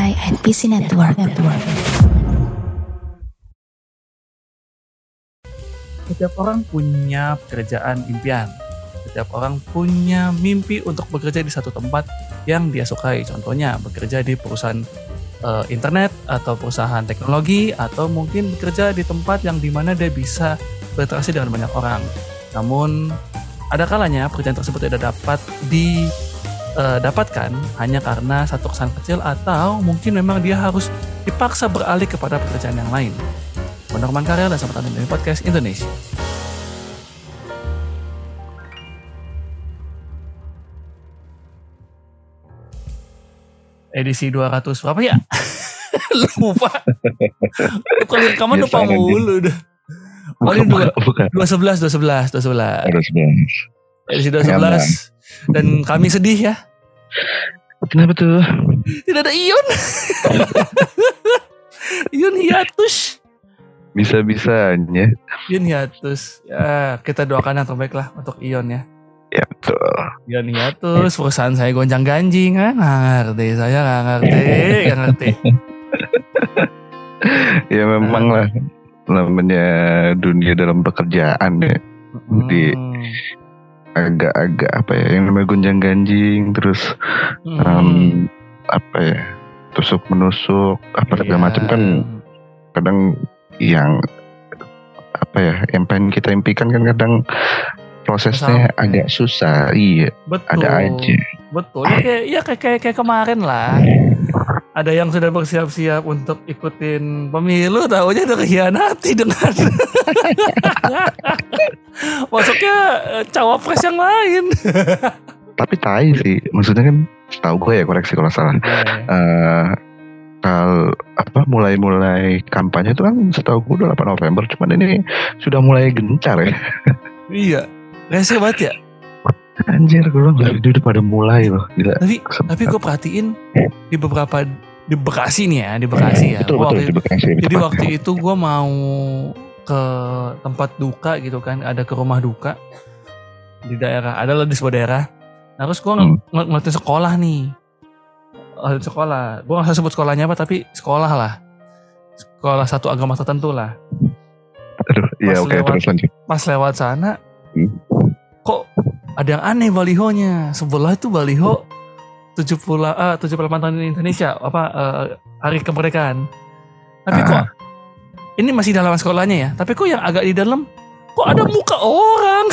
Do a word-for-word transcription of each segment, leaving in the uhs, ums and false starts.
by N P C Network. Network. Setiap orang punya pekerjaan impian. Setiap orang punya mimpi untuk bekerja di satu tempat yang dia sukai. Contohnya bekerja di perusahaan uh, internet atau perusahaan teknologi, atau mungkin bekerja di tempat yang dimana dia bisa berinteraksi dengan banyak orang. Namun ada kalanya pekerjaan tersebut tidak dapat didapatkan uh, hanya karena satu kesan kecil, atau mungkin memang dia harus dipaksa beralih kepada pekerjaan yang lain. Norman Karel dan selamat datang di podcast Indonesia. Edisi dua ratus berapa ya? Lupa. Kalau rekaman lupa mulu udah. Oh ini dua sebelas dua sebelas dua sebelas. Edisi dua sebelas. Dan kami sedih ya. Kenapa tuh? Tidak ada Ion. Ion hiatus. Bisa-bisanya Ion hiatus. Ya kita doakan yang terbaik lah untuk Ion ya. Ya betul. Ion hiatus, perusahaan saya gonjang ganjing kan. Nggak ngerti, saya nggak ngerti, nggak ngerti. Ya memang lah, namanya dunia dalam pekerjaan ya. Jadi hmm. agak-agak apa ya, yang namanya gonjang ganjing, terus hmm. um, apa ya, tusuk menusuk, apa segala yeah. macam kan. Kadang yang apa ya, yang pengen kita impikan kan kadang prosesnya sampai agak susah. Iya. Betul. Ada aja. Betul. Ya kayak ya kayak, kayak kayak kemarin lah. Ada yang sudah bersiap-siap untuk ikutin pemilu, taunya udah khianati dengan masuknya cawapres yang lain. Tapi tai sih. Maksudnya kan setahu gue ya, koreksi kalau salah. Yeah. Uh, Kalau apa mulai-mulai kampanye itu kan setahu gue udah delapan November, cuman ini sudah mulai gencar ya. Iya, rese banget ya. Anjir, gue bilang udah pada mulai loh. Gila. Tapi Kesempatan. Tapi gue perhatiin di beberapa di Bekasi nih ya, di Bekasi ya. Betul betul di Bekasi. Jadi waktu itu gue mau ke tempat duka gitu kan, ada ke rumah duka di daerah, ada lah di sebuah daerah. Nah, terus gue ng- ng- ngeliatin sekolah nih. Oh, sekolah, gue gak usah sebut sekolahnya apa, tapi sekolah lah, sekolah satu agama tertentu lah. Aduh, iya oke okay, terus lanjut. Pas lewat sana, hmm. kok ada yang aneh balihonya. Sebelah itu baliho tujuh puluh delapan tahun Indonesia, apa uh, hari kemerdekaan. Tapi ah. kok ini masih dalam sekolahnya ya, tapi kok yang agak di dalam, kok ada muka orang.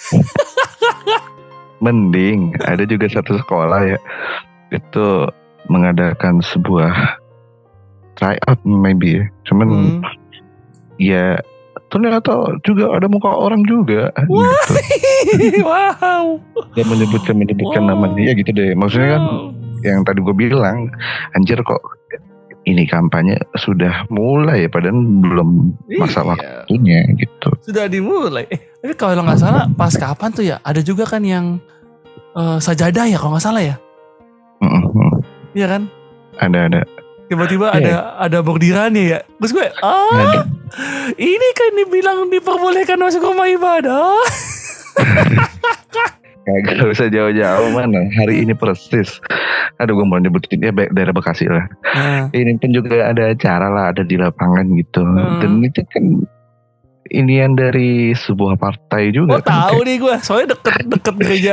Mending ada juga satu sekolah ya, itu mengadakan sebuah tryout maybe ya. Cuman hmm. ya ternyata juga ada muka orang juga. Wow. Gitu. Wow. Dan menyebutkan menyebutkan wow. namanya ya gitu deh. Maksudnya kan wow. yang tadi gue bilang, anjir kok ini kampanye sudah mulai ya, padahal belum masa iya. waktunya gitu. Sudah dimulai. Eh, tapi kalau nggak salah pas kapan tuh ya? Ada juga kan yang uh, sajadah ya kalau nggak salah ya. Mm-hmm. Iya kan? Ada ada. Tiba-tiba yeah. ada ada bordirannya ya. Terus gue, ah, ada. Ini kan dibilang diperbolehkan masuk rumah ibadah. Gak usah jauh-jauh mana. Hari ini persis. Aduh, gue mau nyebutin ya daerah Bekasi lah. Hmm. Ini pun juga ada acara lah, ada di lapangan gitu. Hmm. Dan itu kan inian dari sebuah partai juga. Oh kan, tahu kayak... nih gue, soalnya deket-deket gereja.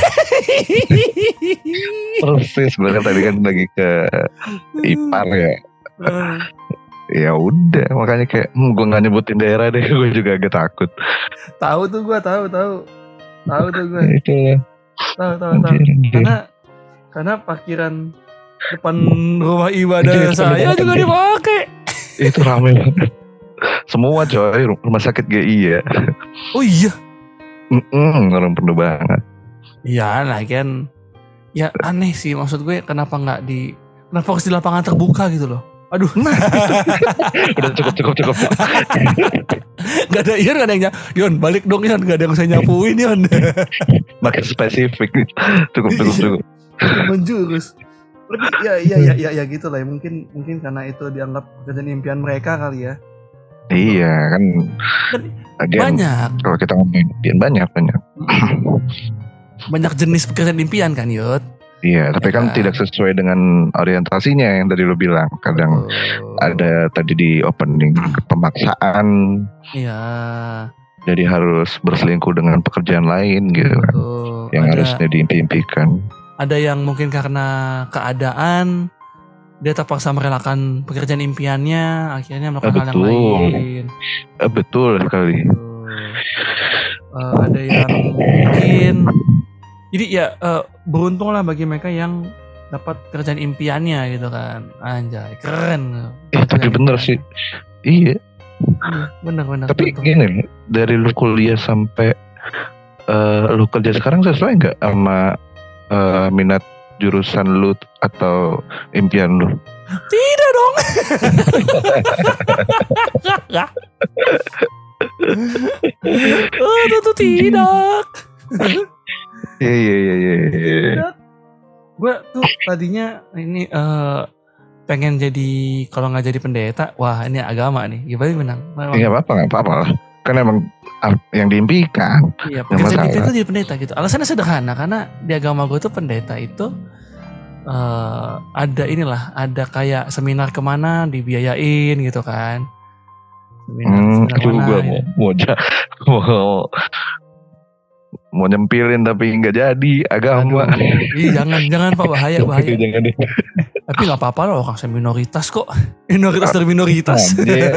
Persis banget, tadi kan lagi ke Ipar ya. Ya udah, makanya kayak hmm, gue nggak nyebutin daerah deh, gue juga agak takut. Tahu tuh gue, tahu tahu, tahu tuh gue. Itu ya. Tahu tahu tahu. Karena karena parkiran depan rumah ibadah saya juga dipakai. Itu ramai banget. Semua coy, rumah sakit G I ya. Oh iya. Mm-mm, orang penuh banget. Iya lah kan. Ya aneh sih, maksud gue kenapa gak di, kenapa harus di lapangan terbuka gitu loh. Aduh. Udah cukup cukup cukup. Gak ada Ion, gak ada yang ny- Yon balik dong Yon, gak ada yang bisa nyapuin Yon. Makin spesifik. Cukup cukup cukup. Menjurus. Ya ya ya ya ya gitu lah. Mungkin mungkin karena itu dianggap pekerjaan impian mereka kali ya. Iya kan, Again, banyak. Kalau kita ngomongin impian banyak banyak. Banyak jenis pekerjaan impian kan Yud. Iya, tapi Ya kan kan? tidak sesuai dengan orientasinya yang tadi lo bilang. Kadang Betul. ada tadi di opening pemaksaan, Iya, jadi harus berselingkuh dengan pekerjaan lain gitu kan, betul. yang Ada harusnya diimpi-impikan. ada yang mungkin karena keadaan dia terpaksa merelakan pekerjaan impiannya, akhirnya melakukan hal yang Betul. lain. Eh, betul sekali. Betul. Eh, ada yang mungkin jadi ya eh, beruntung lah bagi mereka yang dapat kerjaan impiannya gitu kan. Anjay, keren. Eh, tapi Pekerjaan bener impian. sih. Iya, Iya, benar-benar. tapi gini, dari lu kuliah sampai eh, lu kerja sekarang sesuai nggak sama eh, minat jurusan lu atau impian lu? Tidak dong. Oh, tentu tidak. Iya iya iya iya. Tidak. Gue tuh tadinya ini eh, pengen jadi, kalau nggak jadi pendeta, wah ini agama nih. Gimana menang? Iya apa nggak apa-apa lah. Kan emang ah, yang diimpikan. Iya, Nggak pekerjaan masalah. itu jadi pendeta gitu. Alasannya sederhana karena di agama gue tuh pendeta itu eh, ada inilah, ada kayak seminar kemana dibiayain gitu kan. Seminar, Hmm, seminar aduh mana, gue gitu. mau mau, ja- mau mau nyempilin tapi nggak jadi agama. Aduh, ih, jangan jangan Pak, bahaya bahaya. Jangan deh. Tapi nggak apa-apa loh, orang saya minoritas kok. Minoritas dari minoritas. Anjir.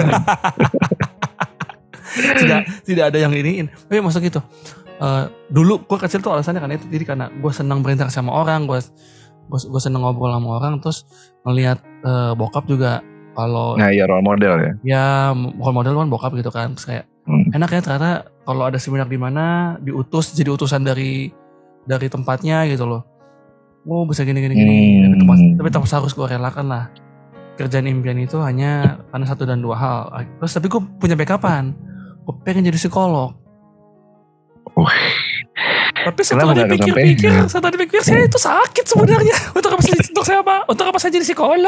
tidak tidak ada yang iniin. Tapi maksud gitu. Eh, dulu gue kecil tuh alasannya kan itu, jadi karena gue senang berinteraksi sama orang, gue gue senang ngobrol sama orang, terus ngelihat eh, bokap juga kalau Nah ya role model ya. ya role model kan bokap gitu kan, terus kayak Hmm. enak ya ternyata kalau ada seminar di mana diutus jadi utusan dari dari tempatnya gitu loh. Oh bisa gini gini gini. Hmm. Tapi tempat, tapi tetap harus gue relakan lah. Kerjaan impian itu hanya karena satu dan dua hal. Terus tapi gue punya backupan. Gue pengen jadi psikolog. Wah. Tapi setelah Kenapa nggak dipikir-pikir, kesampaian? setelah dipikir saya itu sakit sebenarnya. Untuk apa saya untuk saya apa? Untuk apa saya jadi psikolog?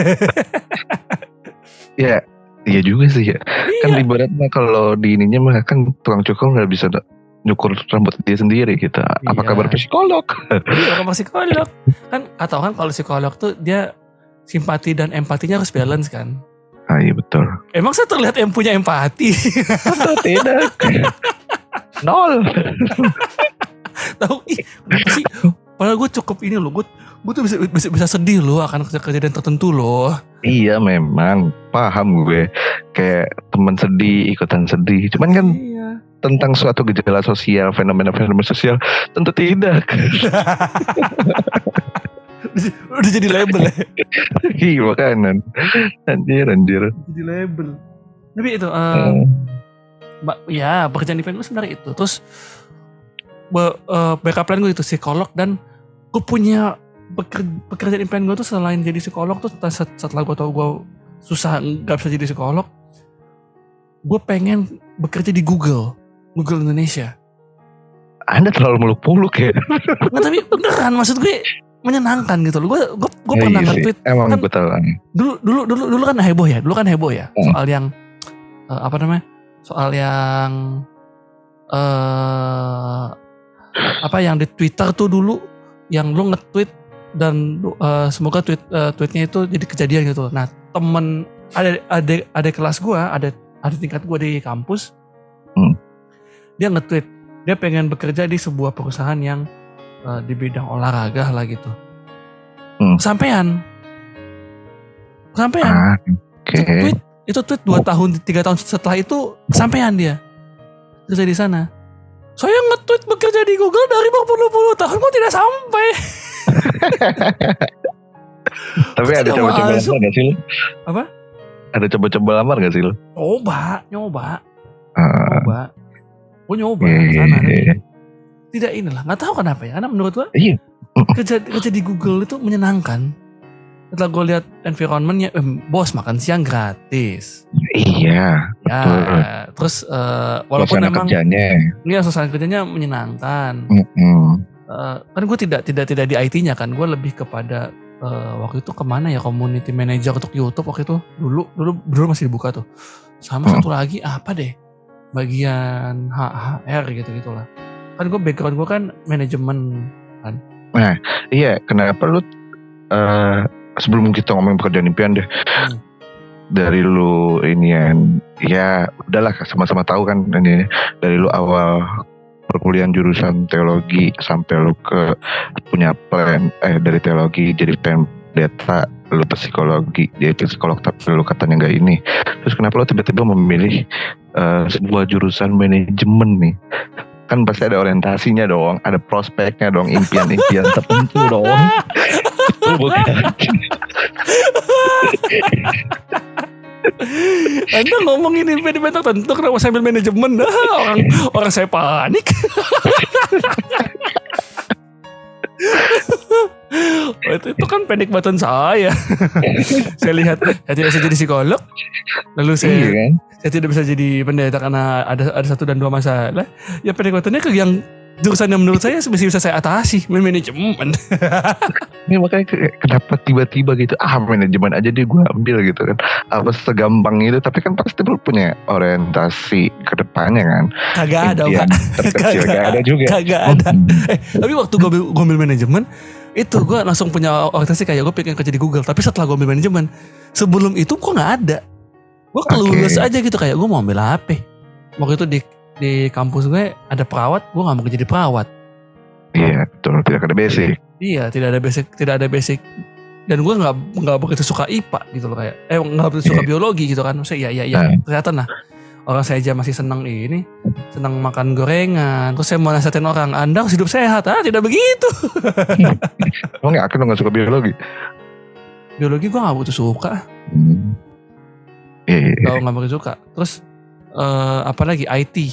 Ya, iya juga sih ya. Kan Iya. ibaratnya kalau di ininya mah kan tukang cukur nggak bisa da- nyukur rambut dia sendiri gitu. Apa Iya. kabar psikolog? Iya, orang psikolog. Kan atau kan kalau psikolog tuh dia simpati dan empatinya harus balance kan. Ah iya betul. Emang saya terlihat em punya empati. Atau tidak? Nol. Tahu ih, kenapa sih? Padahal gue cukup ini loh, gue gue tuh bisa, bisa bisa sedih loh akan kejadian tertentu loh. Iya memang paham gue. Kayak teman sedih ikutan sedih. Cuman kan Iya. tentang suatu gejala sosial, fenomena-fenomena sosial tentu tidak. Udah jadi label ya. Iya makanan. Anjir anjir. Jadi label. Tapi itu, eh, Hmm. mbak, ya pekerjaan impian gue sebenarnya itu. Terus be- eh, backup plan gue itu psikolog, dan gue punya peker- pekerjaan impian gue tuh selain jadi psikolog tuh set- setelah gue tau gue susah nggak bisa jadi psikolog, gue pengen bekerja di Google, Google Indonesia. Anda terlalu muluk-muluk ya. Nggak, tapi beneran maksud gue menyenangkan gitu loh. Gue gue gue Ya, pernah iya sih. nge-tweet Emang kan, gue tahu. dulu dulu dulu dulu kan heboh ya, dulu kan heboh ya Hmm. soal yang eh, apa namanya, soal yang eh apa yang di Twitter tuh dulu, yang lu nge-tweet dan lu, eh, semoga tweet eh, tweetnya itu jadi kejadian gitu. Nah temen ada ada ada kelas gue, ada ada tingkat gue di kampus, Hmm. dia nge-tweet dia pengen bekerja di sebuah perusahaan yang eh, di bidang olahraga lah gitu. Hmm. Sampean, sampean. Ah, Oke. Itu tweet, itu tweet dua tahun, tiga tahun setelah itu sampean dia kerja di sana. Saya nge-tweet bekerja di Google dari berpuluh-puluh tahun kok tidak sampai. Tapi ada Tidak coba-coba masuk. lamar gak sih lu? Apa? Ada coba-coba lamar gak sih lu? Nyoba, nyoba, Ah, nyoba. Gue nyoba iya, di iya, sana, iya. tapi tidak inilah. Nggak tahu kenapa ya. Karena menurut gue Iya. kerja kerja di Google itu menyenangkan. Setelah gue lihat environmentnya, eh, bos makan siang gratis. Iya. Ya, Betul. terus eh, walaupun Suasana memang kerjanya. ya suasana kerjanya menyenangkan. Mm-mm. Eh, kan gue tidak tidak tidak di I T-nya kan, gue lebih kepada eh, waktu itu kemana ya, community manager untuk YouTube waktu itu, dulu dulu dulu masih dibuka tuh, sama Hmm. satu lagi apa deh, bagian H R gitu gitulah. Kan gue background gue kan manajemen kan, Nah, iya, kenapa lu uh, sebelum kita ngomongin pekerjaan impian deh, hmm. dari lu ini yang, ya udahlah sama-sama tahu kan ini dari lu awal perkuliahan jurusan teologi sampai lu ke punya plan eh dari teologi jadi pengen data, lu psikologi dia psikolog tapi lu katanya nggak ini, terus kenapa lu tiba-tiba memilih uh, sebuah jurusan manajemen nih? Kan pasti ada orientasinya dong, ada prospeknya dong, impian-impian tertentu dong. Bukan. Anda ngomongin impian-impian tertentu kenapa sambil manajemen? orang orang saya panik. Oh, itu, itu kan panic button saya. Saya lihat saya tidak bisa jadi psikolog, lalu saya iya, kan? Saya tidak bisa jadi pendeta karena ada ada satu dan dua masalah. Ya panic buttonnya ke yang jurusan yang menurut saya masih bisa saya atasi, manajemen. Ini makanya kenapa tiba-tiba gitu, ah manajemen aja deh gue ambil gitu kan. Apa segampang itu, tapi kan pasti lu punya orientasi ke depannya kan. Kagak ada, Pak. Terkecil kagak ada juga. Kagak ada. Eh, tapi waktu gue ambil manajemen, itu gue langsung punya orientasi kayak gue pengen kerja di Google. Tapi setelah gue ambil manajemen, sebelum itu gue gak ada. Gue kelulus okay. aja gitu, kayak gue mau ambil apa. Waktu itu di di kampus gue ada perawat, gue gak mau jadi perawat. Iya betul, tidak ada basic. Iya tidak ada basic, tidak ada basic. Dan gue gak, gak begitu suka I P A gitu loh, kayak eh gak begitu suka yeah. biologi gitu kan. Maksudnya iya iya iya nah. Ternyata nah orang saya aja masih senang ini, senang makan gorengan. Terus saya mau nasihatin orang, Anda harus hidup sehat. Ah tidak begitu. Emang yakin lo gak suka biologi? Biologi gue gak begitu suka. Hmm. Iya Kalau gak begitu suka. Terus Uh, apalagi I T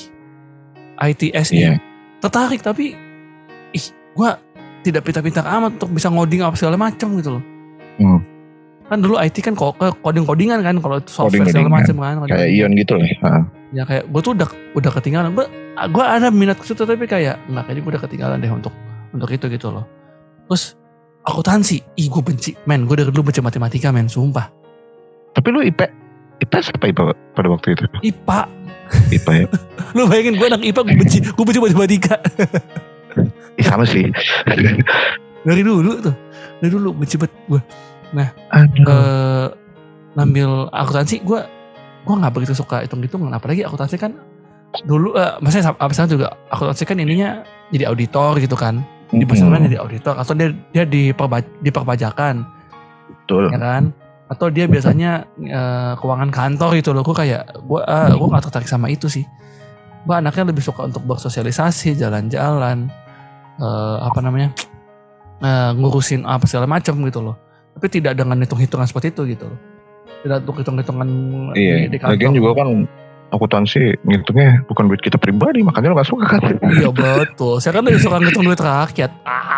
I T S I yeah. tertarik, tapi ih gue tidak pintar-pintar amat untuk bisa ngoding apa segala macam gitu loh. hmm. Kan dulu I T kan coding-codingan kan, kalau software coding, segala macam kan kayak Ion gitu lah. Ha. Ya kayak gue tuh udah udah ketinggalan. Gue gue ada minat ke situ tapi kayak nggak, kayaknya gue udah ketinggalan deh untuk untuk itu gitu loh. Terus akuntansi, ih gue benci men, gue dari dulu benci matematika men, sumpah. Tapi lu I P I P S apa I P A pada waktu itu? I P A. I P A ya. Lu bayangin gue anak I P A, gue benci, gue benci matematika. Ya, sama sih. Dari dulu tuh, dari dulu benci banget gue. Nah, uh, ngambil akuntansi, gue, gue nggak begitu suka hitung-hitungan. Apalagi akuntansi kan dulu, uh, maksudnya abis itu juga akuntansi kan ininya jadi auditor gitu kan, di perusahaan jadi auditor, atau dia dia di perpajakan, betul. Ya kan? Atau dia biasanya uh, keuangan kantor gitu loh. Gue kayak gue uh, gue nggak tertarik sama itu sih. Gue anaknya lebih suka untuk bersosialisasi, jalan-jalan, uh, apa namanya, uh, ngurusin apa segala macam gitu loh. Tapi tidak dengan hitung-hitungan seperti itu gitu loh. Tidak untuk hitung-hitungan iya, di, di kantor. Lagian juga kan akuntansi ngitungnya bukan duit kita pribadi, makanya lo gak suka kan. Iya betul. Saya kan lebih suka ngitung duit rakyat.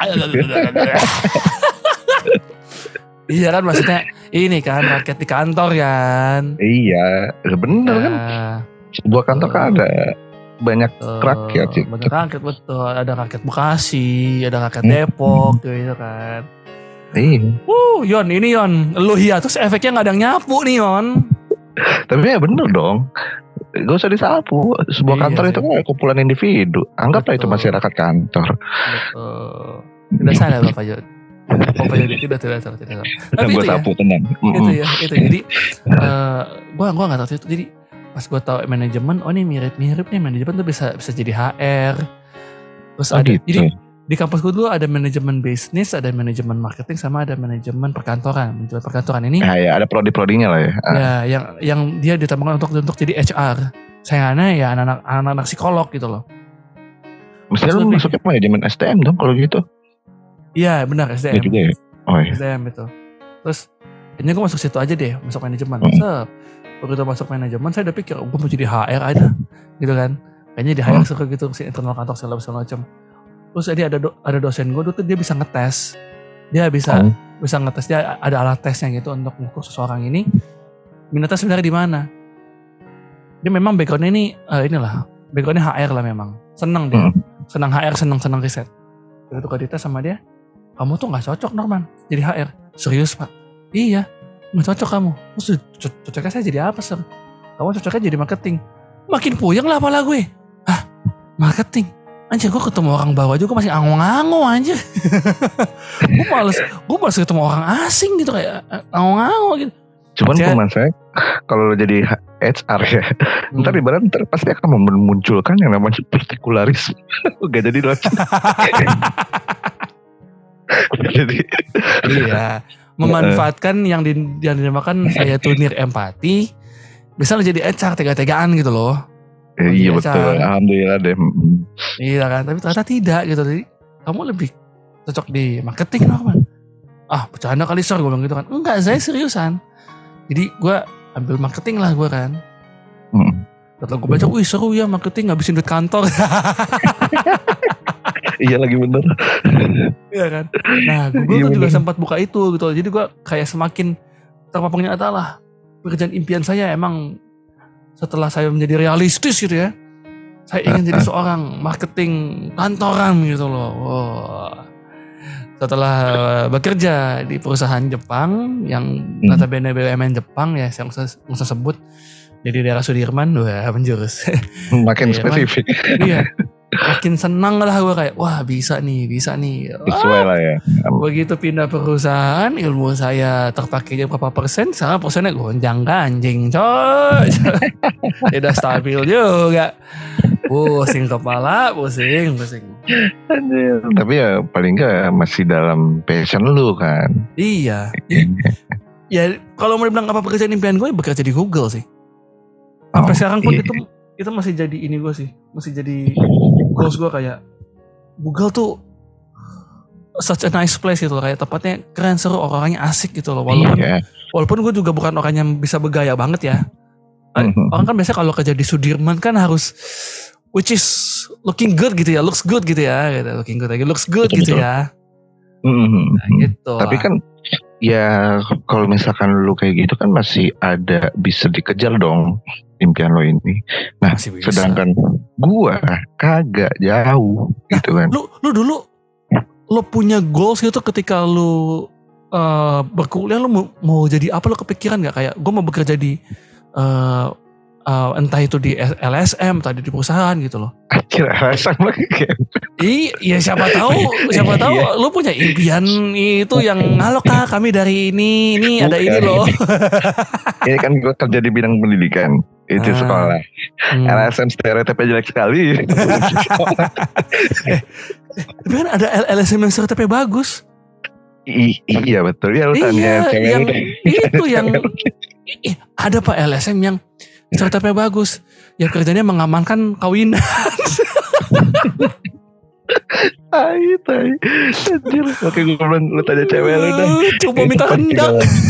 Iya kan, maksudnya ini kan rakyat di kantor kan. Iya bener nah, kan. Sebuah kantor uh, kan ada banyak uh, rakyat sih. Banyak rakyat betul. Ada rakyat Bekasi, ada rakyat Depok hmm. gitu kan. Iya. Uh, Yon ini Yon, lu hiatus efeknya gak ada yang nyapu nih Yon. Tapi ya bener dong. Gak usah disapu. Sebuah iya, kantor sih. Itu kan kumpulan individu. Anggaplah itu masyarakat kantor. Betul. Tidak salah Bapak Yon. Bapak Yon tidak tidak salah tidak salah. Tapi itu ya. Tenang. Itu ya itu. Jadi uh, gue gue nggak tahu itu. Jadi pas gue tahu manajemen, oh ini mirip-mirip nih manajemen tuh bisa bisa jadi H R. Terus oh, ada gitu. Jadi di kampus gue dulu ada manajemen bisnis, ada manajemen marketing, sama ada manajemen perkantoran. Manajemen perkantoran ini. Nah, ya ada prodi-prodinya lah ya. Ya yang yang dia ditambahkan untuk untuk jadi H R. Sayangnya ya anak-anak anak-anak psikolog gitu loh. Mestinya lu masuknya manajemen S T M dong kalau gitu. Iya benar S D M. Ya juga ya? Oh iya. S D M itu. Terus kayaknya gue masuk situ aja deh, masuk manajemen. Hmm. Sep. Begitu masuk manajemen saya udah pikir gue mau jadi H R aja, gitu kan. Kayaknya di H R hmm. suka gitu si internal kantor segala macam. Terus jadi ada do, ada dosen gue dulu tuh dia bisa ngetes, dia bisa hmm. bisa ngetes, dia ada alat tesnya gitu untuk mengukur seseorang ini minatnya sebenarnya di mana. Dia memang backgroundnya ini uh, inilah backgroundnya H R lah memang, senang dia, hmm. senang H R, senang senang riset. Begitu kalau dites sama dia, kamu tuh gak cocok Norman jadi H R. Serius Pak? Iya gak cocok kamu. Terus cocoknya saya jadi apa sir? Kamu cocoknya jadi marketing. Makin puyeng lah apalah gue. Hah? Marketing? anjir gue ketemu orang baru aja gue masih ango-ango anjir. gue males, gue males ketemu orang asing gitu kayak ango-ango gitu. Cuman masalahnya kalau lo jadi H R ya, hmm. ntar ibarat ntar pasti akan memunculkan yang namanya partikularisme. Gak jadi doang. Jadi iya, memanfaatkan uh, yang, di, yang dinamakan saya tunir empati, bisa lo jadi H R tega-tegaan gitu loh. Eh, iya betul, alhamdulillah deh. Iya kan, tapi ternyata tidak gitu. Jadi kamu lebih cocok di marketing loh kan? Ah bercanda kali sor gue bilang gitu kan. Enggak, saya seriusan. Jadi gue ambil marketing lah gue kan. Hmm. Setelah gue baca, wih seru ya marketing, ngabisin duit kantor. Iya lagi bener. Iya kan. Nah gue iya, juga sempat buka itu gitu. Jadi gue kayak semakin terpapangnya adalah pekerjaan impian saya emang setelah saya menjadi realistis gitu ya. Saya ingin jadi seorang marketing kantoran gitu loh. Wow. Setelah bekerja di perusahaan Jepang yang notabene B U M N Jepang ya, saya usah, usah sebut. Jadi daerah Sudirman, wah menjurus. Makin spesifik. Iya. Makin senang lah gue kayak wah bisa nih bisa nih sesuai lah ya. Begitu pindah perusahaan ilmu saya terpakainya berapa persen, sekarang persennya gonjang ganjing coy. Tidak stabil juga, pusing kepala, pusing pusing. Tapi ya paling gak masih dalam passion lu kan. Iya. Ya kalau mau dibilang apa pekerjaan impian gue, bekerja di Google sih. Sampai oh, sekarang pun iya. itu itu masih jadi ini gue sih, masih jadi goals gue kayak Google tuh such a nice place gitu loh, kayak tempatnya keren, seru, orangnya asik gitu loh. Walaupun iya. walaupun gue juga bukan orang yang bisa bergaya banget ya. Mm-hmm. Orang kan biasanya kalau kerja di Sudirman kan harus which is looking good gitu ya, looks good gitu ya, gitu. Looking good lagi, looks good betul, gitu betul. ya. Mm-hmm. Nah, gitu. Tapi kan ya kalau misalkan lu kayak gitu kan masih ada bisa dikejar dong impian lo ini. Nah, sedangkan gua kagak jauh gitu kan. Lu lu dulu lo punya goals gitu ketika lu uh, berkuliah, lu mau, mau jadi apa, lo kepikiran gak kayak gua mau bekerja di uh, uh, entah itu di L S M, tadi di perusahaan gitu loh. Akhir L S M lagi kan. Iya, siapa tahu, siapa tahu lu punya impian itu yang halo kak kami dari ini, ini ada ini loh. Ini kan gue kerja di bidang pendidikan. Itu ah, sekolah hmm. L S M stereotipnya jelek sekali. eh, tapi kan ada L S M yang stereotipnya bagus. I, iya betul ya, lu tanya cewek yang itu yang i, ada pak L S M yang stereotipnya bagus, yang kerjanya mengamankan kawinan. Tai tai anjir. Oke gue bilang lu tanya cewek lu dah, coba minta hendak.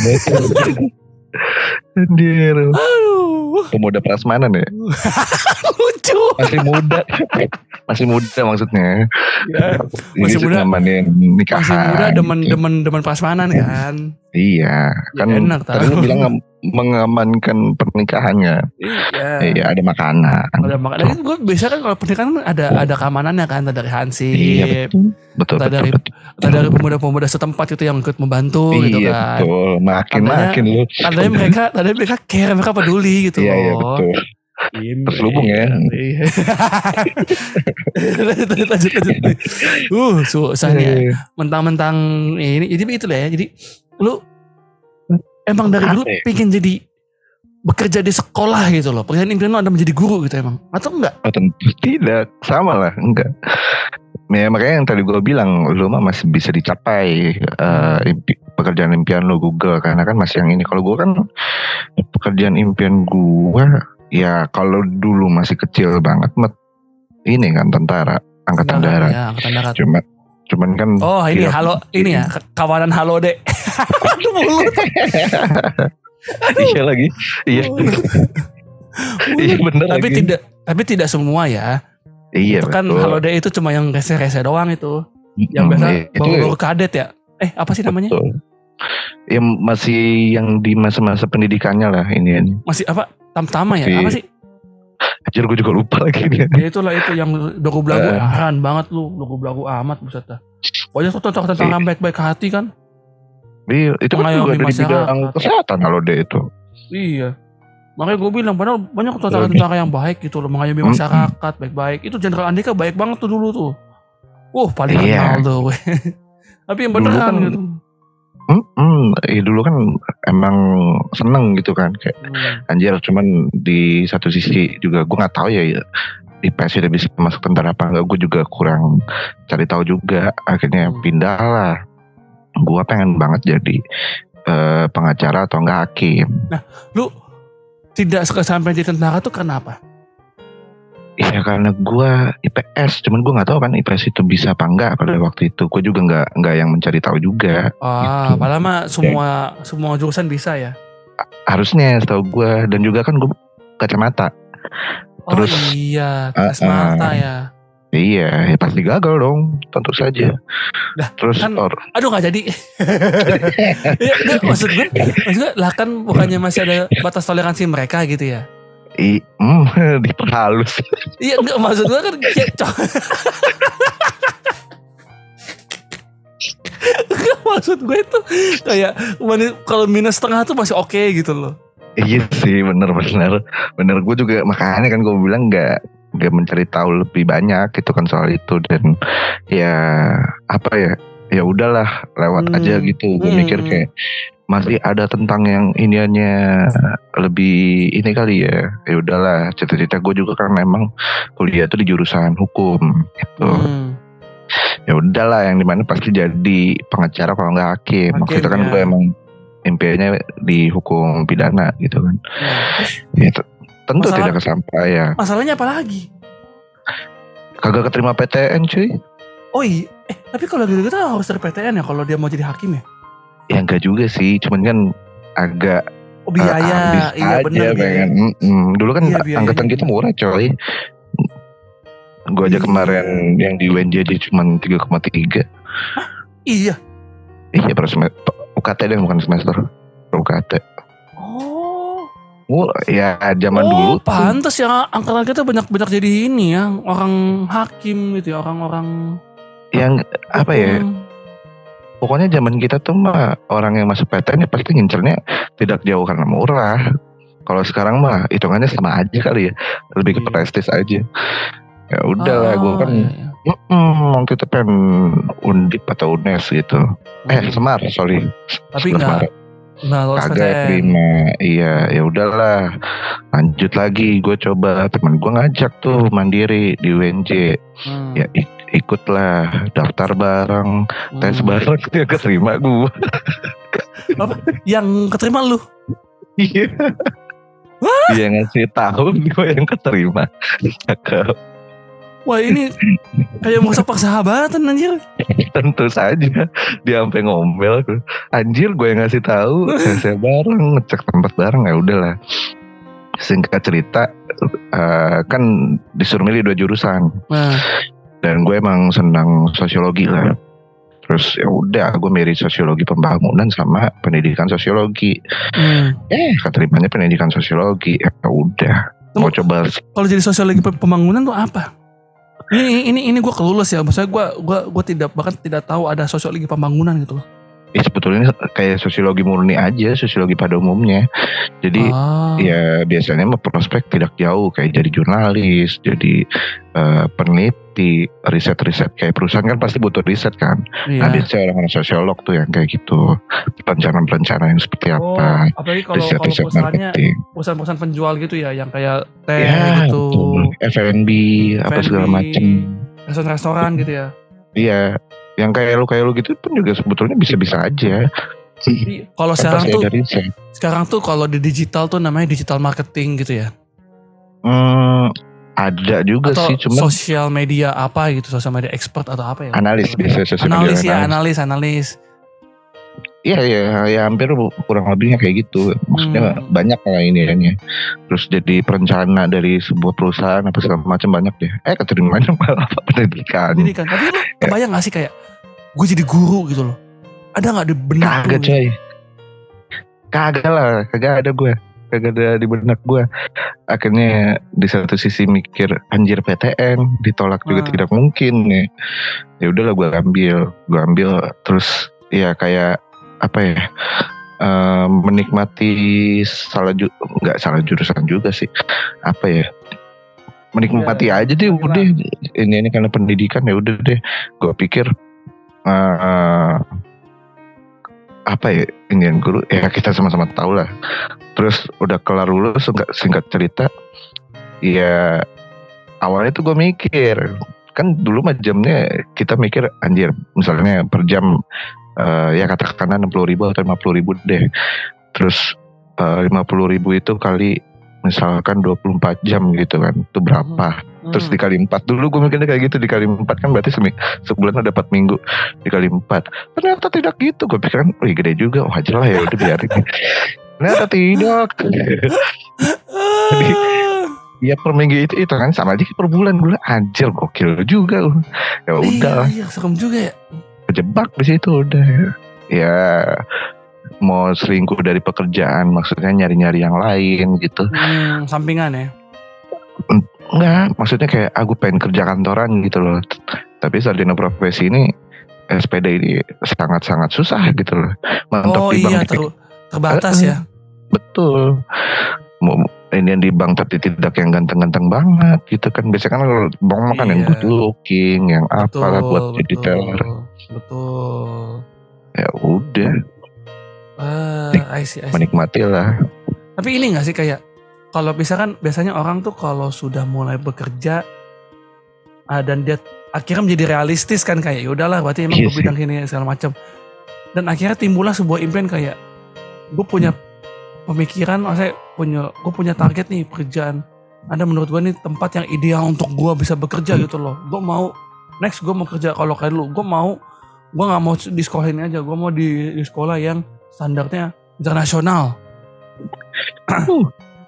Anjir. Aduh. Pemuda prasmanan ya. Lucu. Masih muda. Masih muda maksudnya. Ya, masih ini muda. Namanin nikahan. Masih muda demen-demen demen prasmanan kan. Iya, kan ya, enak, tadi lu bilang mengamankan pernikahannya. Iya. Iya, ada makanan. Ada makanan. Kan gue biasa kan kalau pernikahan ada ada keamanannya kan, dari hansip. Iya, betul. Betul, betul, dari, betul. dari pemuda-pemuda setempat itu yang ikut membantu iya, gitu kan. Iya, betul. Makin-makin lu. Tandanya mereka, tandanya mereka care, mereka peduli gitu iya, loh. Iya, betul. Terselubung ya. lanjut, lanjut, lanjut, lanjut. Uh, susah nih ya. Mentang-mentang ini, jadi begitu lah ya. Jadi lu emang dari dulu pengen jadi bekerja di sekolah gitu loh. Pekerjaan impian lu ada menjadi guru gitu emang? Atau enggak? Oh, tentu tidak, sama lah, enggak. Ya, makanya yang tadi gue bilang, lu mah masih bisa dicapai uh, impi, pekerjaan impian lu Google, karena kan masih yang ini. Kalau gue kan pekerjaan impian gue, ya kalau dulu masih kecil banget, ini kan tentara, angkatan nah, darat. Ya, angkatan darat. Cuma, cuman kan. Oh ini ya, halo, ini ya kawanan halo dek. Aduh mulut. Iya lagi, iya. Iya bener. Tapi lagi. tidak, tapi tidak semua ya. Iya itu kan betul. halo dek itu cuma yang rese-rese doang itu. Yang hmm, biasa iya, baru-baru kadet ya. Eh apa sih namanya? Betul. Ya masih yang di masa-masa pendidikannya lah ini. Masih apa? Tam-tama ya? Apa sih? Anjir gue juga lupa lagi nih. Ya itulah itu yang doku belagu uh. heran banget lu, doku belagu amat buset dah. Pokoknya tuh tentang tentang orang baik-baik hati kan. Iya, itu kan juga dari bidang kesehatan kalau deh itu. Iya. Makanya gue bilang padahal banyak tentara-tentara yang baik gitu loh, mengayomi masyarakat baik-baik. Itu Jenderal Andika baik banget tuh dulu tuh. Wah, paling Iya. kenal tuh gue. Tapi yang Dulu beneran kan- gitu. Hmm, ya dulu kan emang seneng gitu kan kayak Hmm. anjir, cuman di satu sisi juga gue nggak tahu ya, ya I P S udah bisa masuk tentara apa enggak, gue juga kurang cari tahu juga. Akhirnya Hmm. pindah lah. Gue pengen banget jadi eh, pengacara atau enggak hakim. Lu tidak sampai di tentara tuh kenapa? Iya karena gue I P S, cuman gue nggak tahu kan I P S itu bisa apa enggak pada waktu itu. Gue juga nggak nggak yang mencari tahu juga. Ah, Gitu. padahal mah semua semua jurusan bisa ya. Harusnya setahu gue, dan juga kan gue kacamata. Oh Terus, iya, uh, tes mata uh, ya. Iya, ya pasti gagal dong, tentu saja. Lah, Terus kan- or, Aduh nggak jadi. Ya, enggak, maksud gue, maksud gue lah kan bukannya masih ada batas toleransi mereka gitu ya. i, mm, diperhalus. Iya enggak, maksud gue kan ya, co- Enggak, maksud gue itu kayak mani- kalau minus setengah tuh masih oke gitu loh. Iya sih, bener-bener, bener. Gue juga makanya kan gue bilang nggak nggak mencari tahu lebih banyak gitu kan soal itu, dan ya apa ya, ya udahlah lewat Hmm. aja gitu. Gue Hmm. mikir kayak masih ada tentang yang iniannya lebih ini kali ya. Ya udahlah, cita-cita gue juga kan memang kuliah tuh di jurusan hukum gitu. Hmm. Ya udahlah, yang dimana pasti jadi pengacara kalau nggak hakim. Waktu Hakim, itu kan ya. gue emang impiannya di hukum pidana gitu kan. Nah, terus Ya, t- tentu Masalah- tidak kesampaian. masalahnya apa lagi? Kagak keterima P T N cuy. Oh iya, eh tapi kalau gitu kita harus dari P T N ya kalau dia mau jadi hakim ya? Ya enggak juga sih, cuman kan agak Oh biaya, eh, habis iya aja benar. pengen. Mm-mm. Dulu kan Iya, biayanya. angkatan kita murah coy. Gue aja Iya. kemarin yang di U N J aja cuma tiga koma tiga. Iya. Iya per semester. U K T deh, bukan semester. U K T. Oh. Murah. Ya zaman oh, dulu tuh. pantas ya angkatan kita banyak-banyak jadi ini ya, orang hakim gitu ya, orang-orang Yang apa ya? hukum. Pokoknya zaman kita tuh mah orang yang masuk P T N ya pasti ngincernya tidak jauh karena murah. Kalau sekarang mah hitungannya sama aja kali ya, lebih ke Iya. prestis aja. Ya udahlah, gue Ah, kan iya, iya. mm, waktu itu pengen Undip atau Unes gitu. Eh Hmm. Semar, sorry. Tapi Semar. enggak enggak lolos P T Kagak N. terima. Iya, ya udahlah. Lanjut lagi, gue coba, temen gue ngajak tuh mandiri di U N J. Hmm. Ya ik- ikutlah, daftar bareng, tes Hmm. bareng, dia keterima gue. Yang keterima lu. Iya. Dia ngasih tahu, gue yang keterima. Cakep. Wah, ini kayak merusak persahabatan anjir. Tentu saja. Dia sampai ngomel. Anjir, gue yang ngasih tahu. Saya bareng, ngecek tempat bareng. Ya udahlah. Singkat cerita, eh, kan disuruh milih dua jurusan. Nah, Dan gue emang senang sosiologi lah. Terus ya udah, gue milih sosiologi pembangunan sama pendidikan sosiologi. hmm. Eh, keterimanya pendidikan sosiologi. Ya udah, mau coba. Kalau jadi sosiologi pe- pembangunan tuh apa? Ini ini ini gue kelulus ya, maksudnya gue gue gue tidak bahkan tidak tahu ada sosiologi pembangunan gitu loh. Ya sebetulnya kayak sosiologi murni aja, sosiologi pada umumnya. Jadi Ah. ya biasanya mah prospek tidak jauh, kayak jadi jurnalis, jadi eh, peneliti, riset-riset kayak perusahaan kan pasti butuh riset kan. Nah Iya. biasanya orang-orang sosiolog tuh yang kayak gitu, perencanaan-perencanaan yang seperti Oh, apa, apalagi kalau kalau riset-riset perusahaannya marketing. perusahaan-perusahaan penjual gitu ya, yang kayak teh Ya gitu, betul, F and B apa segala F and B, macam. restoran-restoran gitu ya. Iya, yang kayak lu kayak lu gitu pun juga sebetulnya bisa-bisa aja. Jadi, kalau Kan sekarang pasti tuh ada riset. sekarang tuh kalau di digital tuh namanya digital marketing gitu ya. Hmm, ada juga Atau sih, cuman sosial media apa gitu, sosial media expert atau apa ya? analis biasanya sosial media Analis ya, analis. analis, analis. Iya iya ya hampir kurang lebihnya kayak gitu. Maksudnya Hmm. banyak lah ini Terus jadi perencana dari sebuah perusahaan apa segala macam banyak deh. Eh keterimanya malah apa pendidikan. Pendidikan. Tapi lu kebayang gak sih kayak gue jadi guru gitu loh? Ada gak di benak Kagak lu? gitu? coy. Kagak lah, kagak ada gue. Kagak ada di benak gue. Akhirnya di satu sisi mikir anjir P T N ditolak juga Hmm. tidak mungkin nih. Ya udahlah gue ambil, gue ambil terus ya kayak apa ya? uh, menikmati salah ju- nggak salah jurusan juga sih, apa ya, menikmati ya, aja deh udah ini ini karena pendidikan ya udah deh. Gue pikir uh, apa ya, ini guru ya kita sama-sama tahu lah. Terus udah kelar lulus, singkat, singkat cerita ya awalnya tuh gue mikir kan dulu mah jamnya kita mikir anjir misalnya per jam uh, ya katakanlah enam puluh ribu atau lima puluh ribu deh. Terus uh, lima puluh ribu itu kali misalkan dua puluh empat jam gitu kan, itu berapa? Hmm. Terus dikali empat, dulu gue mikirnya kayak gitu, dikali empat kan berarti semi, sebulan ada empat minggu, dikali empat. Ternyata tidak gitu, gue pikir kan, wih gede juga, wah jelas ya udah biarin. Ternyata tidak. Jadi ya per minggu itu itu kan sama aja per bulan, gue anjir gokil juga. Ya udah. Iya, iya, serem juga ya. Kejebak di situ udah. Ya mau selingkuh dari pekerjaan, maksudnya nyari-nyari yang lain gitu. Hmm, sampingan ya? Enggak, maksudnya kayak aku pengen kerja kantoran gitu loh. Tapi sarjana profesi ini S P D ini sangat-sangat susah gitu loh. Mentok oh di iya, bank ter- terbatas uh, ya. Betul. Ini yang di bank tapi tidak yang ganteng-ganteng banget gitu kan. Biasanya kan bank makan iya. yang good looking, yang betul, apalah buat jadi teller. Betul. Ya udah. Ah, I see, I see. Menikmati lah. Tapi ini gak sih kayak kalau bisa kan biasanya orang tuh kalau sudah mulai bekerja uh, dan dia akhirnya menjadi realistis kan kayak ya udahlah berarti emang yes, gue bidang ini segala macam. Dan akhirnya timbullah sebuah impian kayak gue punya pemikiran, saya punya gue punya target nih pekerjaan. Ada menurut gue nih tempat yang ideal untuk gue bisa bekerja gitu loh. Gue mau next gue mau kerja kalau kayak dulu gue mau gue nggak mau di sekolah ini aja, gue mau di, di sekolah yang standarnya internasional. Uh.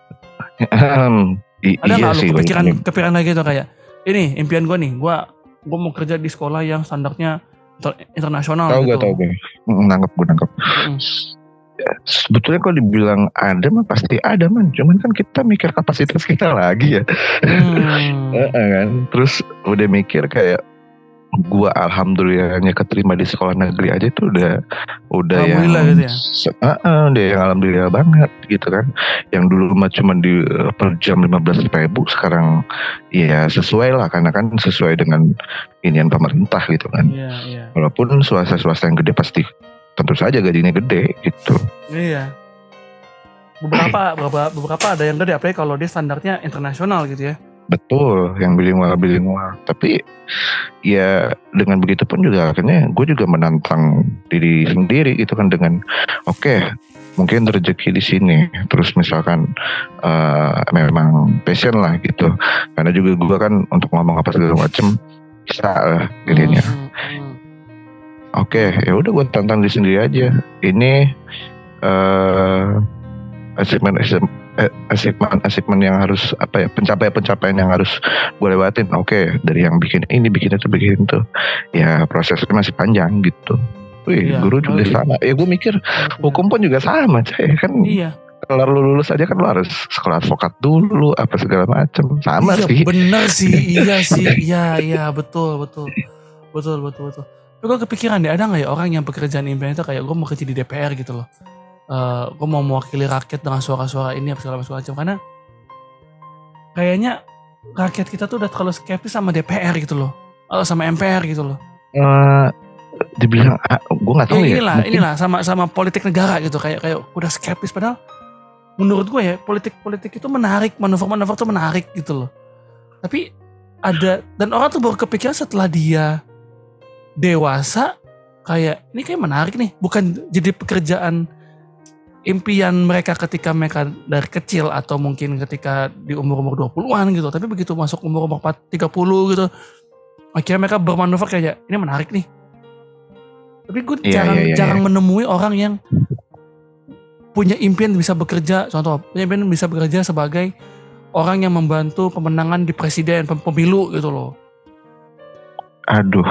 um, i- Ada nggak iya lu kepikiran kepikiran lagi tuh kayak ini impian gue nih, gue gue mau kerja di sekolah yang standarnya inter- internasional. Tahu gitu. Gak tahu gue, nangkep gue nangkep. Mm. Ya, sebetulnya kalau dibilang ada mah pasti ada man, cuman kan kita mikir kapasitas kita lagi ya. Hmm. kan terus udah mikir kayak gua alhamdulillahnya keterima di sekolah negeri aja tuh udah udah yang gitu ya? uh, uh, udah yang alhamdulillah banget gitu kan. Yang dulu mah cuma di uh, per jam lima belas ribu, sekarang ya sesuai lah karena kan sesuai dengan inian pemerintah gitu kan. Yeah, yeah. Walaupun swasta-swasta yang gede pasti tentu saja gajinya gede gitu. Iya. Beberapa beberapa beberapa ada yang gede apalagi kalau dia standarnya internasional gitu ya. Betul, yang bilingual bilingual. Tapi ya dengan begitu pun juga akhirnya gue juga menantang diri sendiri gitu kan dengan oke okay, mungkin rezeki di sini. Terus misalkan uh, memang passion lah gitu. Karena juga gue kan untuk ngomong apa segala macem bisa lah jadinya. Hmm, hmm. Oke, okay, ya udah gue tantang diri sendiri aja. Ini uh, achievement achievement achievement yang harus apa ya, pencapaian-pencapaian yang harus gue lewatin. Oke, okay, dari yang bikin ini, bikin itu, bikin itu. Ya prosesnya masih panjang gitu. Wih, iya, guru juga iya. sama. Ya gue mikir hukum pun juga sama, coy. Kan iya. Kalau lu lulus aja kan lu harus sekolah advokat dulu, apa segala macam. Sama iya, sih. Bener sih, iya sih. Iya, iya, betul, betul. Betul, betul, betul. Tapi gue kepikiran deh, ada gak ya orang yang pekerjaan impian itu kayak gue mau kerja di D P R gitu loh. Uh, gue mau mewakili rakyat dengan suara-suara ini apa segala macam, karena kayaknya rakyat kita tuh udah terlalu skeptis sama D P R gitu loh, atau sama M P R gitu loh. Uh, dibilang, uh, gue nggak tahu ya. Inilah, ya, inilah sama sama politik negara gitu, kayak kayak udah skeptis. Padahal menurut gue ya politik-politik itu menarik, manuver-manuver tuh menarik gitu loh. Tapi ada dan orang tuh baru kepikiran setelah dia dewasa, kayak ini kayak menarik nih, bukan jadi pekerjaan impian mereka ketika mereka dari kecil atau mungkin ketika di umur-umur dua puluhan gitu. Tapi begitu masuk umur-umur tiga puluh gitu, akhirnya mereka bermanuver kayak ini menarik nih. Tapi gue yeah, jarang, yeah, yeah, jarang yeah. menemui orang yang punya impian bisa bekerja, contoh punya impian bisa bekerja sebagai orang yang membantu pemenangan di presiden, pemilu gitu loh. Aduh,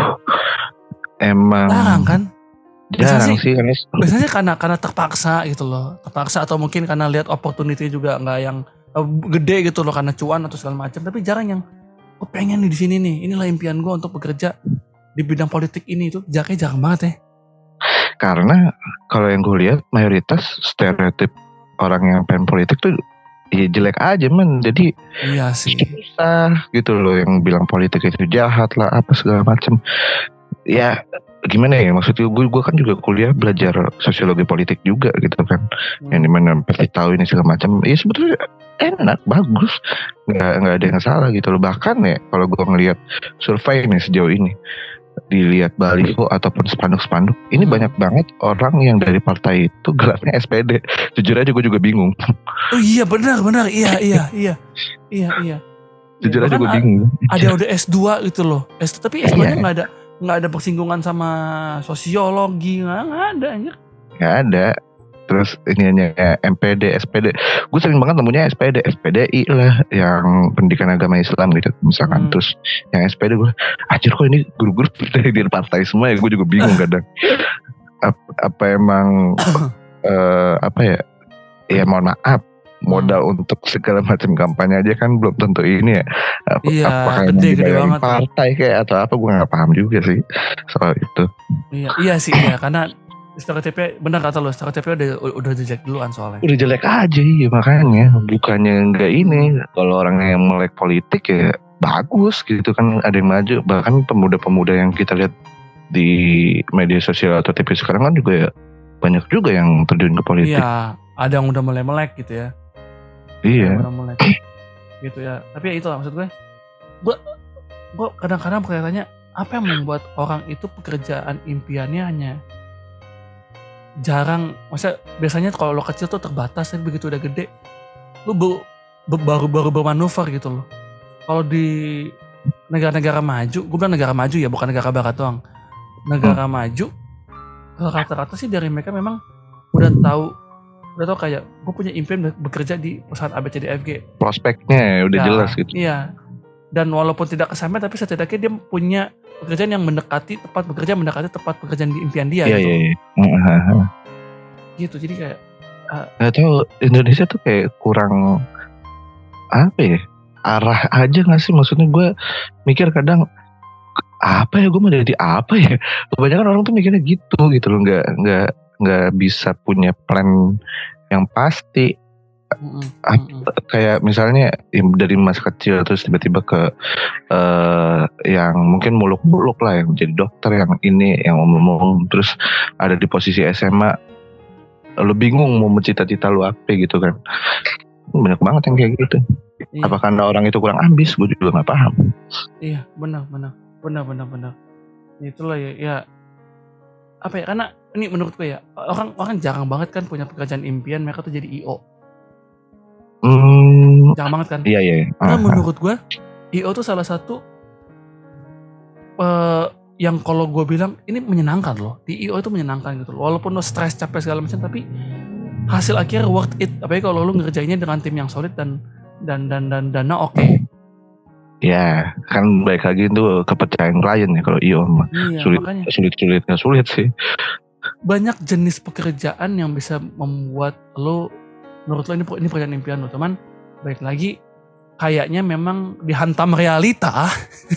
emang jarang kan? Jarang biasanya sih, kan? Biasanya karena karena terpaksa gitu loh, terpaksa atau mungkin karena lihat opportunity juga nggak yang uh, gede gitu loh, karena cuan atau segala macam. Tapi jarang yang gue pengen nih di sini nih, inilah impian gue untuk bekerja di bidang politik ini, itu jaknya jarang banget ya. Karena kalau yang gue lihat mayoritas stereotip orang yang pengen politik tuh ya jelek aja men. Jadi Iya sih. susah gitu loh yang bilang politik itu jahat lah apa segala macam. Ya gimana ya, maksudnya gue gue kan juga kuliah belajar sosiologi politik juga gitu kan, Hmm. yang dimana pasti tahu ini segala macam. Ya sebetulnya enak, bagus, nggak nggak ada yang salah gitu loh. Bahkan ya kalau gue ngelihat survei nih sejauh ini, dilihat baliho ataupun spanduk-spanduk, ini Hmm. banyak banget orang yang dari partai itu gelarnya S P D. Jujur aja gue juga bingung. Oh iya benar benar iya iya iya iya iya. Jujur Iya, aja bahkan gue a- bingung. ada yang udah S dua gitu loh. S tapi S dua-nya Iya. nggak ada nggak ada persinggungan sama sosiologi, nggak nggak ada anjir. Nggak ada. Terus ini hanya M P D, S P D. Gue sering banget nemunya S P D, S P D I lah, yang pendidikan agama Islam gitu misalkan. Hmm. Terus yang S P D gue, anjir kok ini guru-guru dari dari partai semua ya, gue juga bingung kadang. Apa, apa emang eh, apa ya? Ya mohon maaf, modal untuk segala macam kampanye aja kan belum tentu ini ya. Apa- Iya, apakah gede, emang gede dibayangin banget. partai kayak atau apa, gue nggak paham juga sih soal itu. Iya iya sih iya karena stereotipnya benar kata lo, stereotipnya udah udah jelek duluan soalnya. Udah jelek aja iya, makanya bukannya enggak ini, kalau orang yang melek politik ya bagus gitu kan, ada yang maju. Bahkan pemuda-pemuda yang kita lihat di media sosial atau T V sekarang kan juga ya banyak juga yang terjun ke politik. Iya, ada yang udah mulai melek gitu ya. Iya. Udah mulai gitu ya. Tapi ya itu lah maksud gue. Gue gue kadang-kadang bertanya apa yang membuat orang itu pekerjaan impiannya hanya jarang, maksudnya biasanya kalau lo kecil tuh terbatas, tapi begitu udah gede lo bu- bu- baru-baru bermanuver gitu loh. Kalau di negara-negara maju, gue bilang negara maju ya, bukan negara barat doang. Negara maju rata-rata sih dari mereka memang udah tahu udah tahu kayak gue punya impian bekerja di perusahaan A B C D F G. Prospeknya udah Ya, jelas gitu. Iya. Dan walaupun tidak kesampean tapi setidaknya dia punya pekerjaan yang mendekati tempat bekerja mendekati tempat pekerjaan di impian dia Iya gitu. iya. iya. Gitu. Jadi kayak Nggak tahu, Indonesia tuh kayak kurang apa ya, arah aja nggak sih? Maksudnya gue mikir kadang apa ya, gue mau jadi apa ya? Kebanyakan orang tuh mikirnya gitu gitu loh, nggak nggak nggak bisa punya plan yang pasti. mm-mm, Ap- mm-mm. Kayak misalnya ya, dari masa kecil terus tiba-tiba ke eh, yang mungkin muluk-muluk lah, yang jadi dokter, yang ini, yang umum-umum, terus ada di posisi S M A, lu bingung mau cita-cita lu apa gitu kan. Banyak banget yang kayak gitu. Iya, Apa karena orang itu kurang ambis? Gue juga nggak paham. iya, benar, benar, benar, benar, benar. Itulah ya, ya apa ya? Karena ini menurut gue ya orang orang jarang banget kan punya pekerjaan impian, mereka tuh jadi I O. Hmm, Jarang banget kan? iya iya. Karena Ah, menurut gue I O tuh salah satu eh, yang kalau gue bilang ini menyenangkan loh. Di I O itu menyenangkan gitu loh. Walaupun lo stres, capek segala macam, tapi hasil akhirnya worth it. Apalagi kalau lo ngerjainnya dengan tim yang solid dan dan dan dan dana oke. ya kan baik lagi itu kepercayaan klien ya kalau I O mah. Iya, Sulit makanya sulit sulit nggak sulit sih. banyak jenis pekerjaan yang bisa membuat lo, menurut lo ini ini pekerjaan impian lo. Teman, baik lagi kayaknya memang dihantam realita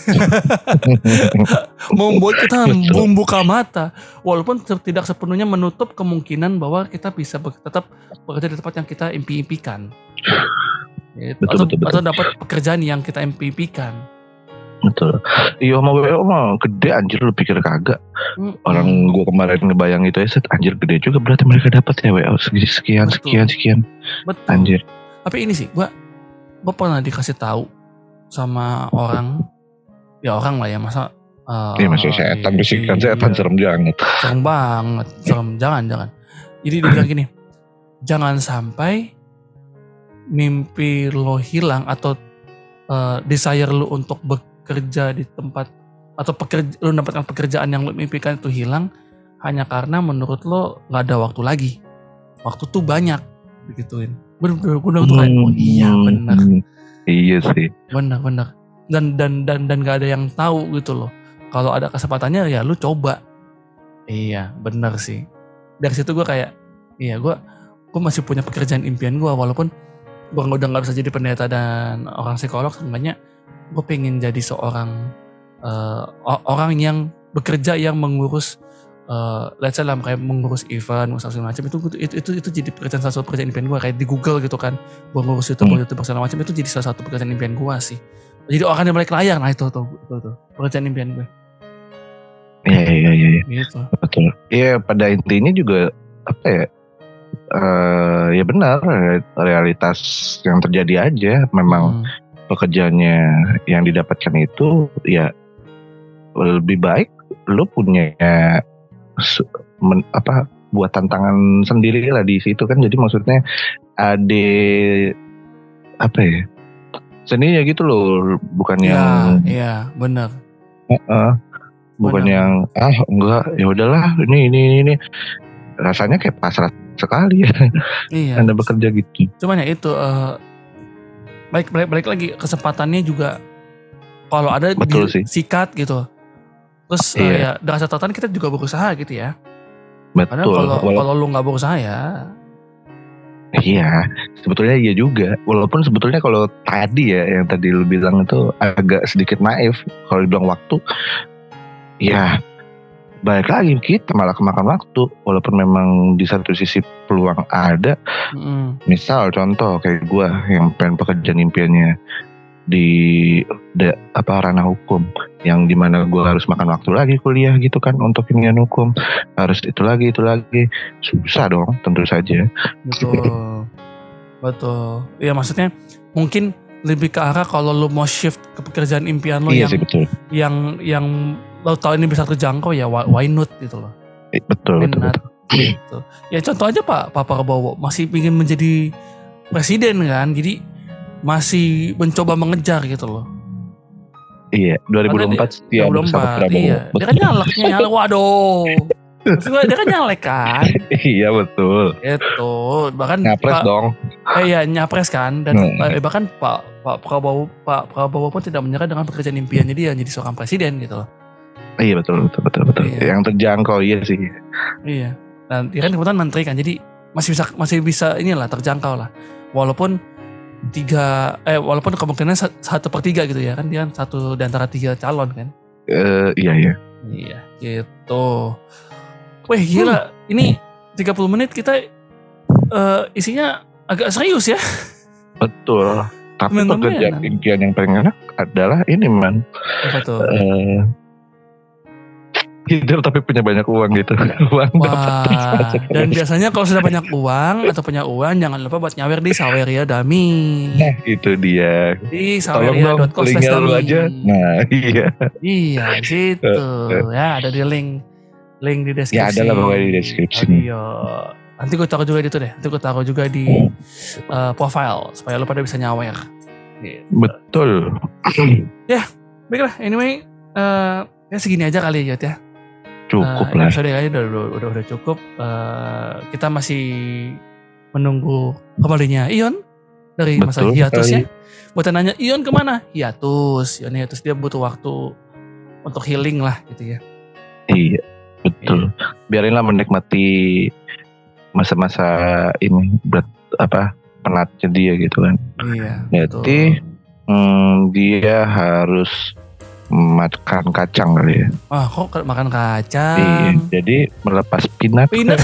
membuat kita Betul. membuka mata, walaupun tidak sepenuhnya menutup kemungkinan bahwa kita bisa ber- tetap bekerja di tempat yang kita impi-impikan. Gitu. Betul, atau, betul, betul. atau dapat pekerjaan yang kita impi-impikan. Betul. Iya mau W O mah gede anjir, lu pikir kagak. Mm-mm. Orang gua kemarin ngebayang itu ya, set, anjir gede juga berarti mereka dapat ya W O sekian sekian Betul. sekian sekian. Betul. Anjir. Tapi ini sih, gua gua pernah dikasih tahu sama orang, ya orang lah ya, masa uh, Ini masih setan, bisikan iya, setan serem banget. serem banget, serem, jangan jangan. Jadi dia bilang gini, jangan sampai mimpi lo hilang atau uh, desire lo untuk bekerja di tempat atau pekerja, lo mendapatkan pekerjaan yang lo mimpikan itu hilang hanya karena menurut lo nggak ada waktu lagi. Waktu tuh banyak, begituin. Bener-bener gue tuh kayak, oh iya benar, Hmm, iya sih. benar benar. Dan dan dan dan nggak ada yang tahu gitu loh. Kalau ada kesempatannya ya lu coba. Iya benar sih. Dari situ gue kayak, iya gue gue masih punya pekerjaan impian gue, walaupun gue udah nggak bisa jadi pendeta dan orang psikolog, sebenarnya gue pengen jadi seorang uh, o- orang yang bekerja yang mengurus uh, let's say lah kayak mengurus event, mengurus segala macam itu, itu itu itu jadi pekerjaan salah satu pekerjaan impian gue kayak di Google gitu kan, gue ngurus YouTube, Hmm. YouTube segala macam itu jadi salah satu pekerjaan impian gue sih. Jadi orang yang balik layar, nah itu tuh, itu tuh pekerjaan impian gue. Iya iya iya iya. Gitu. Betul. Iya pada intinya juga apa ya? eh ya benar realitas yang terjadi aja. Memang Hmm. pekerjaannya yang didapatkan itu ya lebih baik lu punya su- men, apa buat tantangan sendiri lah di situ kan. Jadi maksudnya ada apa ya? Seninya gitu loh, bukan Iya, yang iya, benar. eh, bukan Benar. yang ah enggak ya udahlah ini ini ini rasanya kayak pasrah sekali ya. Iya. Anda bekerja gitu. Cuman ya itu eh, balik balik balik lagi kesempatannya juga kalau ada Betul sih. sikat gitu. Terus eh, Iya. ya dengan catatan kita juga berusaha gitu ya. Karena Betul. kalau Wala- kalau lu nggak berusaha ya, iya, sebetulnya iya juga. Walaupun sebetulnya kalau tadi ya yang tadi lu bilang itu agak sedikit naif kalau dibilang waktu. Ya, balik lagi kita malah kemakan waktu. Walaupun memang di satu sisi peluang ada. mm, Misal contoh kayak gue yang pengen pekerjaan impiannya di de, apa ranah hukum, yang dimana gue harus makan waktu lagi kuliah gitu kan untuk inian hukum, harus itu lagi itu lagi, susah dong tentu saja. betul, betul. Iya maksudnya mungkin lebih ke arah kalau lu mau shift ke pekerjaan impian lo Iya yang sih betul. yang yang lo tahu ini bisa terjangkau ya, why, why not gitu loh. Eh, betul Why betul, not? betul. Gitu. Ya contoh aja Pak Pak Prabowo masih ingin menjadi presiden kan, jadi masih mencoba mengejar gitu loh. Iya, dua ribu dua puluh empat setia dua ribu dua puluh bersama empat, Prabowo. iya. Dia kan nyaleknya nyalek, waduh. Maksud gue, dia kan nyalek kan. Iya betul. Itu bahkan Ngapres Pak, dong. eh, iya nyapres kan, dan Hmm. eh, bahkan Pak Pak Prabowo Pak Prabowo pun tidak menyerah dengan pekerjaan impiannya dia jadi seorang presiden gitu loh. Iya betul betul betul betul. Iya. Yang terjangkau iya sih. Iya. Dan dia kan kebetulan menteri kan, jadi masih bisa masih bisa inilah terjangkau lah. Walaupun tiga eh walaupun kemungkinan sa- satu per tiga gitu ya kan, dia kan satu di antara tiga calon kan. Eh iya iya. Iya gitu. Wih gila, ini tiga puluh menit kita eh, isinya agak serius ya. Betul. Tapi Teman-teman pekerjaan enak. impian yang paling enak adalah ini man. Apa tuh? Eh, hidup tapi punya banyak uang gitu. Uang dapat. Wah, dan biasanya kalau sudah banyak uang atau punya uang, jangan lupa buat nyawer di Saweria Dami. Nah itu dia. Di Tolong dong saweria dot com slash linknya lu dami. aja. Nah iya. Iya, di situ. Ya, ada di link link di deskripsi. Ya ada lah pokoknya di deskripsi. Iya. Nanti gue taruh juga di itu deh. Nanti gue taruh juga di uh, profile supaya lo pada bisa nyawer. Gitu. Betul. Baiklah, anyway, uh, ya segini aja kali ya, Jod, ya. Cukup Uh, lah. episode kali ini udah, udah, udah, udah cukup. Uh, kita masih menunggu kembalinya Ion dari masa Betul hiatus ya. sekali. Buat yang nanya Ion kemana? Hiatus. Ion hiatus, dia butuh waktu untuk healing lah gitu ya. Iya betul. Biarinlah menikmati masa-masa ini berat apa penatnya dia gitu kan. Iya. Berarti betul. hmm, dia harus makan kacang kali ya. Ah, kok ke- makan kacang? Iya, jadi melepas pinat. Pinat.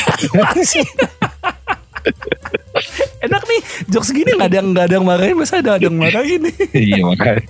Enak nih, jokes gini nggak ada yang nggak ada yang marahin, masa ada ada yang marahin nih. Iya makanya.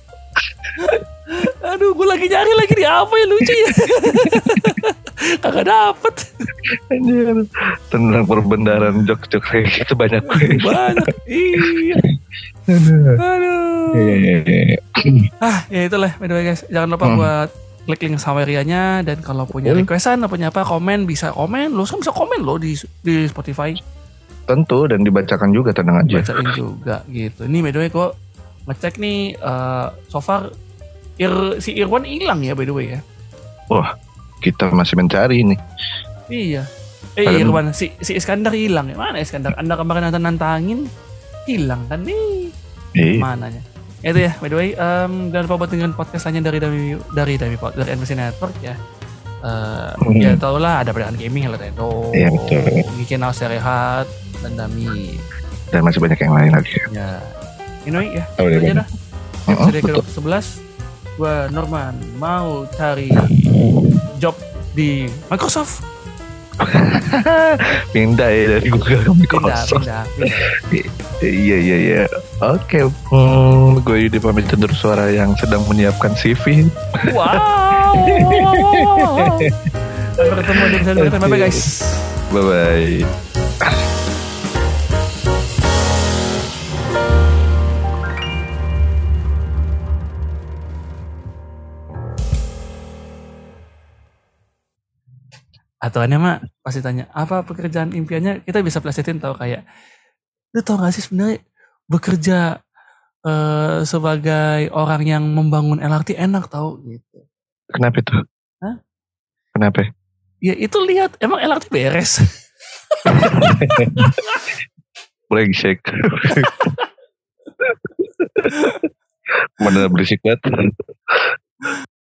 Aduh, gue lagi nyari lagi nih apa yang lucu ya. Kagak dapet. Anjir. Tentang perbendaharaan jok-jok kayak gitu banyak. Banyak. Iya. Aduh. Aduh. Iya, iya, iya. Ah, ya itulah. By the way guys, jangan lupa Hmm. buat klik link Sawerianya, dan kalau punya Hmm. requestan atau punya apa, komen, bisa komen. Lo kan bisa komen lo di di Spotify. Tentu dan dibacakan juga, tenang aja. Bacain juga gitu. Ini by the way kok ngecek nih uh, so far Ir, si Irwan hilang ya by the way ya. Wah, kita masih mencari nih. Iya. Eh Padahal- Irwan, si si Iskandar hilang ya. Mana Iskandar? Anda kemarin nantang-nantangin hilang kan nih. Iya. Mananya? Ya itu ya by the way, um, jangan lupa buat dengerin podcast lainnya dari Dami dari Dami Pod- dari N B C Network ya. Uh, Hmm. Ya tau lah, ada Perdagangan Gaming, Nintendo, Iya, betul. Bikin House Rehat, dan Dami. Dan masih banyak yang lain lagi. Ya. Anyway ya. Oh, Itu iya, aja dah. Oh, Episode betul. ke sebelas. Gua Norman mau cari job di Microsoft. Pindah ya dari Google ke Microsoft. Pindah, pindah, pindah. Iya iya iya. Oke, hmm, gue Yudi pamit undur suara yang sedang menyiapkan C V. Wow. Sampai ketemu di episode berikutnya. Bye bye guys. Bye bye. Aturannya mah pasti tanya apa pekerjaan impiannya, kita bisa plesetin tahu kayak, lu tau gak sih sebenarnya bekerja uh, sebagai orang yang membangun L R T enak tau gitu. Kenapa itu? Hah? Kenapa? Ya itu lihat emang L R T beres. Brengsek. Mana berisik banget.